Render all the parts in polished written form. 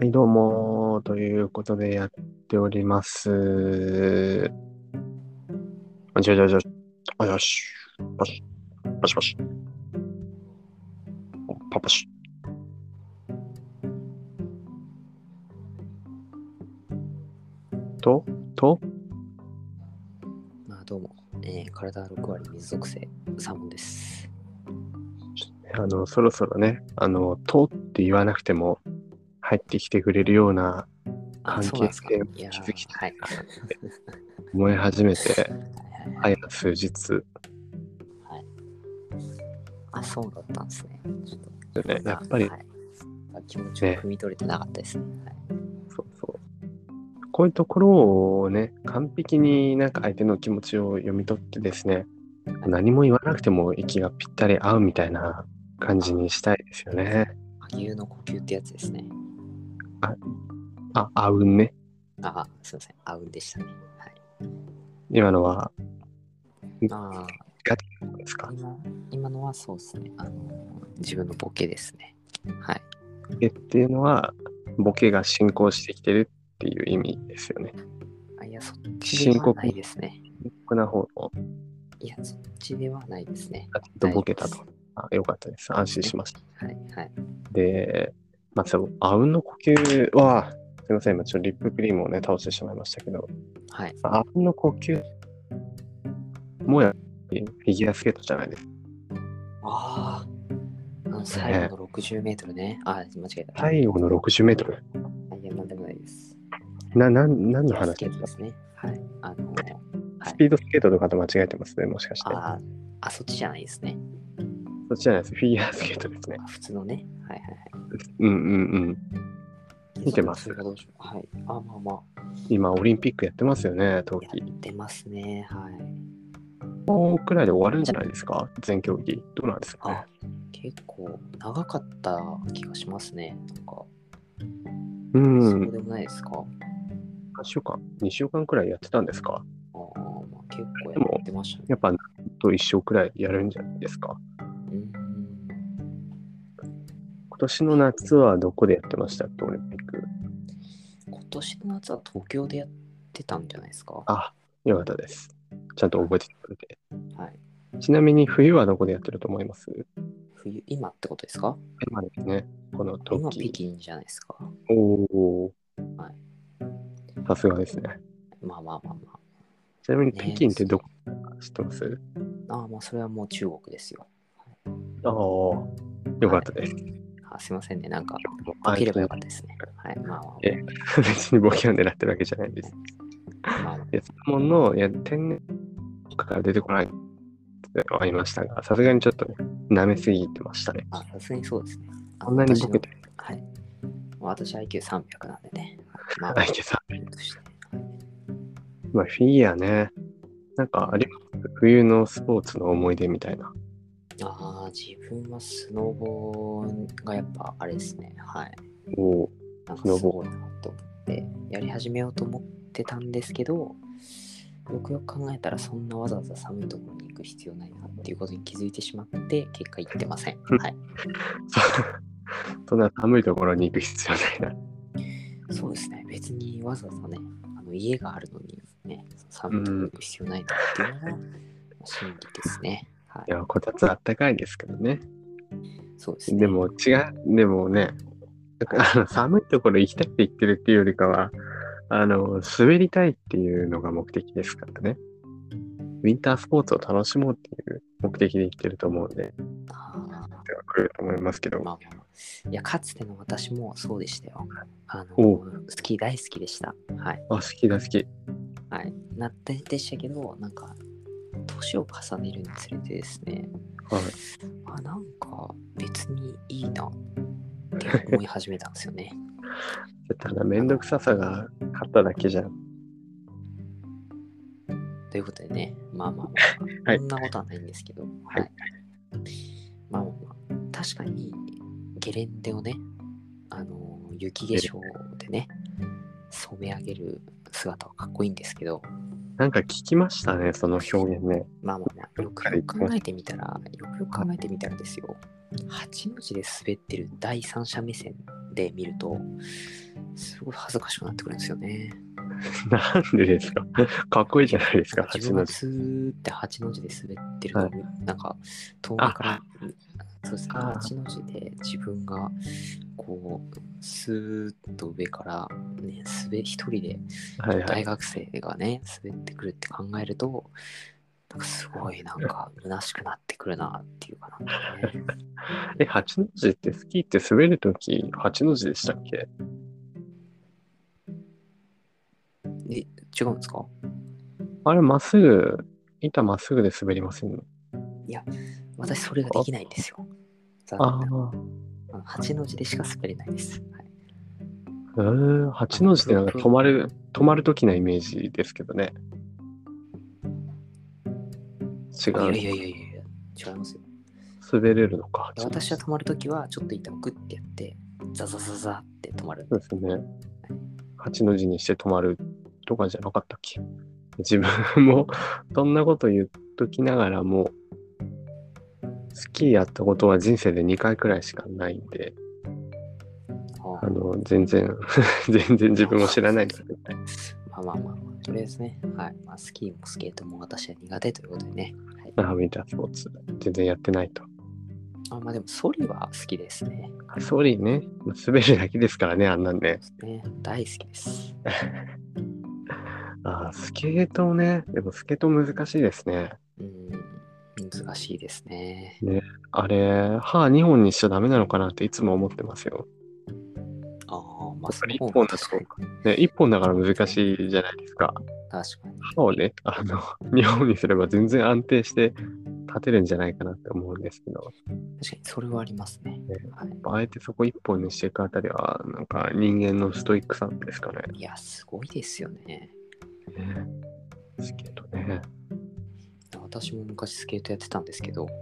はい、どうも、ということでやっております。よし、よし、パシ、パシパシ、パパシ。と、 どうも、体6割水属性サーモンです。 そろそろね、とって言わなくても入ってきてくれるような関係性を築きたいなって思い始めて、早数日。 はい。そうだったんですね。ちょっとね、やっぱり、 気持ちを汲み取れてなかったですね。 そう。こういうところをね、完璧になんか相手の気持ちを読み取ってですね、何も言わなくても息がぴったり合うみたいな感じにしたいですよね。 牛の呼吸ってやつですね。 合うね。 すいません。合うんでしたね。はい。 今のは、 ガチですか？今のはそうですね。自分のボケですね。はい。 ボケっていうのは、ボケが進行してきてるっていう意味ですよね。 いや、そっちではないですね。 深刻な方の。 いや、そっちではないですね。 ボケたと。よかったです。安心しました。 はい。 で、あうんの呼吸は、すみません、今ちょっとリップクリームをね、倒してしまいましたけど、 はい。 あうんの呼吸、もやフィギュアスケートじゃないですか。 最後の60メートルね。間違えた。 最後の60メートル。 いや、なんでもないです。 何の話ですね。はい。 スピードスケートとかと間違えてますね、もしかして。 そっちじゃないですね。 そっちじゃないです。フィギュアスケートですね。 普通のね。はい。 見てます。 はい。 今、オリンピックやってますよね、冬季。 やってますね。はい。 もうくらいで終わるんじゃないですか、全競技。どうなんですかね。 結構長かった気がしますね。なんか。 そうでもないですか ？3週間、2週間くらいやってたんですか？ 結構やってましたね。 やっぱ、と1週くらいやるんじゃないですか。今年の夏はどこでやってましたっけ、オリンピック。 今年の夏は東京でやってたんじゃないですか。 よかったです。ちゃんと覚えててくれて。 はい。 ちなみに冬はどこでやってると思います？ 今ってことですか？ 今ですね。この今北京じゃないですか。 はい。さすがですね。ちなみに北京ってどこ知ってます？ それはもう中国ですよ。 よかったです。 すいませんね。なんか、ボケればよかったですね。はい。 別にボケを狙ってるわけじゃないです。質問の天然から出てこないってはいましたが、さすがにちょっとね、舐めすぎてましたね。 さすがにそうですね。 こんなにボケてる。 はい。私 IQ300 なんでね。 IQ300。フィギュアね。なんかあります？冬のスポーツの思い出みたいな。 自分はスノボがやっぱあれですね。はい。なんかすごいなと思ってやり始めようと思ってたんですけど、よくよく考えたらそんなわざわざ寒いところに行く必要ないなっていうことに気づいてしまって結果行ってません。はい。 そんな寒いところに行く必要ないな。そうですね。別にわざわざね、家があるのにね、寒いところに行く必要ないなっていうのが真理ですね。 いや、こたつあったかいですけどね。 そうですね。 でもね、寒いところ行きたいって言ってるっていうよりかは、滑りたいっていうのが目的ですからね。ウィンタースポーツを楽しもうっていう目的で言ってると思うんで。来ると思いますけど。 いや、かつての私もそうでしたよ。スキー大好きでした。はい。 好き。はい。 なってでしたけど、なんか、年を重ねるにつれてですね、なんか別にいいなって思い始めたんですよね。 ただめんどくささが勝っただけじゃん。 ということでね、そんなことはないんですけど、確かにゲレンデをね、雪化粧でね、染め上げる姿はかっこいいんですけど、 なんか聞きましたね、その表現ね。 よくよく考えてみたらですよ、8の字で滑ってる第三者目線で見ると、 すごい恥ずかしくなってくるんですよね。 なんでですか？かっこいいじゃないですか、 自分が 8の字。 スーって8の字で滑ってるのを、 はい、 なんか遠目から、そうですね、 あ 8の字で自分がこう、スーッと上からね、一人ではいはい。 大学生がね、滑ってくるって考えると、なんかすごいなんか虚しくなってくるなっていうかなんかね。 8の字ってスキーって滑るとき8の字でしたっけ？ 違うんですか？ あれ、まっすぐ、板まっすぐで滑りませんの？ いや、私それができないんですよ。残あ念ながあ、 ら。8の字でしか滑れないです。はい、 8の字ってなんかプロ止まるときなイメージですけどね。違いやう。 いやいやいや、違いますよ。 滑れるのか、8の字。 私は止まるときはちょっと板をグッてやって、ザザザザって止まるんで。 そうですね。8の字にして止まるとかじゃなかったっけ？自分もそんなこと言っときながらも、スキーやったことは人生で2回くらいしかないんで、全然全然自分を知らないんですけどね。 まあ、とりあえずね、はい。まあ、スキーもスケートも私は苦手ということでね。はい、 ウィンタースポーツ、全然やってないと。 まあでも、ソリは好きですね。 ソリね、滑るだけですからね、あんなんね。 大好きです。 スケートね、でもスケート難しいですね。 難しいですね。 ね、あれ、歯2本にしちゃダメなのかなっていつも思ってますよ。 まあその 1 方本だと、ね、1本だから難しいじゃないですか。 確かに。 歯をね、2本にすれば全然安定して立てるんじゃないかなって思うんですけど。 確かに、それはありますね。 はい、あえてそこ1本にしていくあたりは、なんか人間のストイックさですかね。 いや、すごいですよね。 スケートね。 私も昔スケートやってたんですけど、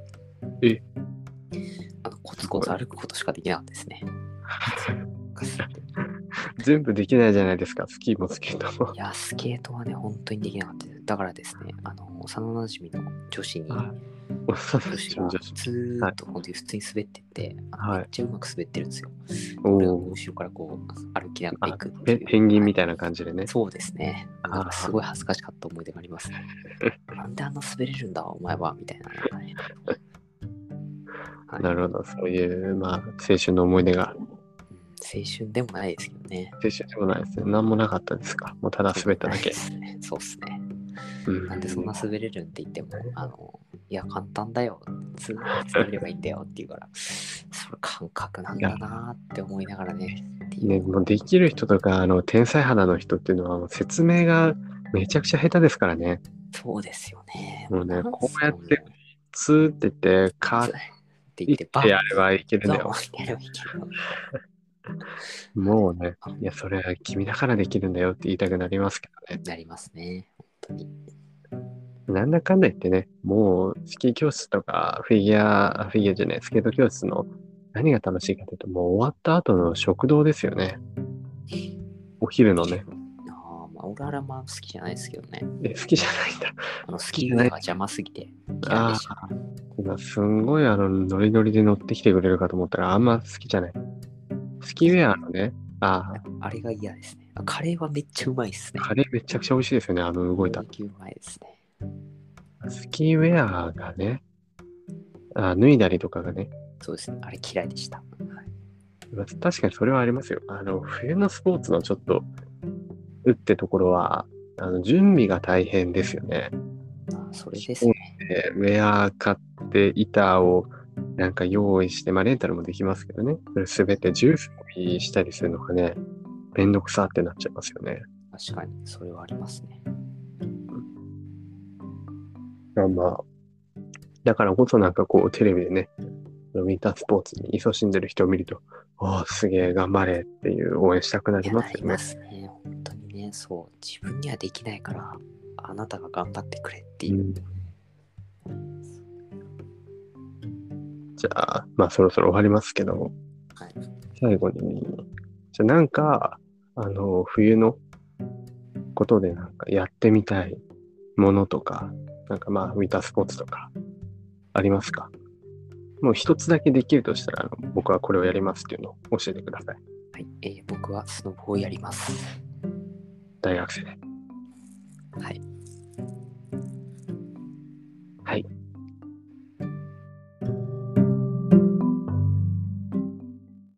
コツコツ歩くことしかできなかったですね。 全部できないじゃないですか、スキーもスケートも。 いや、スケートはね、本当にできなかったです。だからですね、幼馴染の女子がずーっと本当に普通に滑ってって、めっちゃうまく滑ってるんですよ。俺が後ろからこう歩きながら行くっていう。 ペンギンみたいな感じでね。 そうですね。なんかすごい恥ずかしかった思い出がありますね。なんであんな滑れるんだ、お前は、みたいな。 なるほど、そういう、青春の思い出が。 青春でもないですけどね。 青春でもないですね。何もなかったですか？もうただ滑っただけ。 そうっすね。なんでそんな滑れるんって言っても、いや、簡単だよ。ずっと滑ればいいんだよって言うから、それ感覚なんだなって思いながらね。 もうできる人とか、天才肌の人っていうのは、説明がめちゃくちゃ下手ですからね。 そうですよね。 もうね、こうやって、ツーって言って、カーって言ってやればいけるんだよ。もうね、いや、それは君だからできるんだよって言いたくなりますけどね。 なりますね。本当に。 なんだかんだ言ってね、もうスキー教室とかフィギュアじゃない、スケート教室の何が楽しいかというと、もう終わった後の食堂ですよね。お昼のね。 俺は好きじゃないですけどね。 好きじゃないんだ。 スキーウェアが邪魔すぎて嫌でした。 今すんごいノリノリで乗ってきてくれるかと思ったらあんま好きじゃない。スキーウェアのね、 あれが嫌ですね。カレーはめっちゃうまいっすね。 カレーめちゃくちゃ美味しいですよね、動いた。 うまいですね。 スキーウェアがね、脱いだりとかがね。 そうですね、あれ嫌いでした。 確かにそれはありますよ。冬のスポーツのちょっと、ってところは、準備が大変ですよね。 それですね。 ウェア買って、板をなんか用意して、レンタルもできますけどね。それすべて重装備したりするのがね、めんどくさってなっちゃいますよね。 確かに、それはありますね。 だからこそなんかこう、テレビでね、ウィンタースポーツに勤しんでる人を見ると、すげえ頑張れっていう応援したくなりますよね。 なりますね。本当にね、そう。自分にはできないから、あなたが頑張ってくれっていう。 じゃあ、そろそろ終わりますけど、最後に、じゃあなんか、冬のことでなんかやってみたいものとか、なんかウィンタースポーツとか、ありますか？もう一つだけできるとしたら、僕はこれをやりますっていうのを教えてください。 はい。 僕はスノボをやります。 大学生で。 はい。 はい。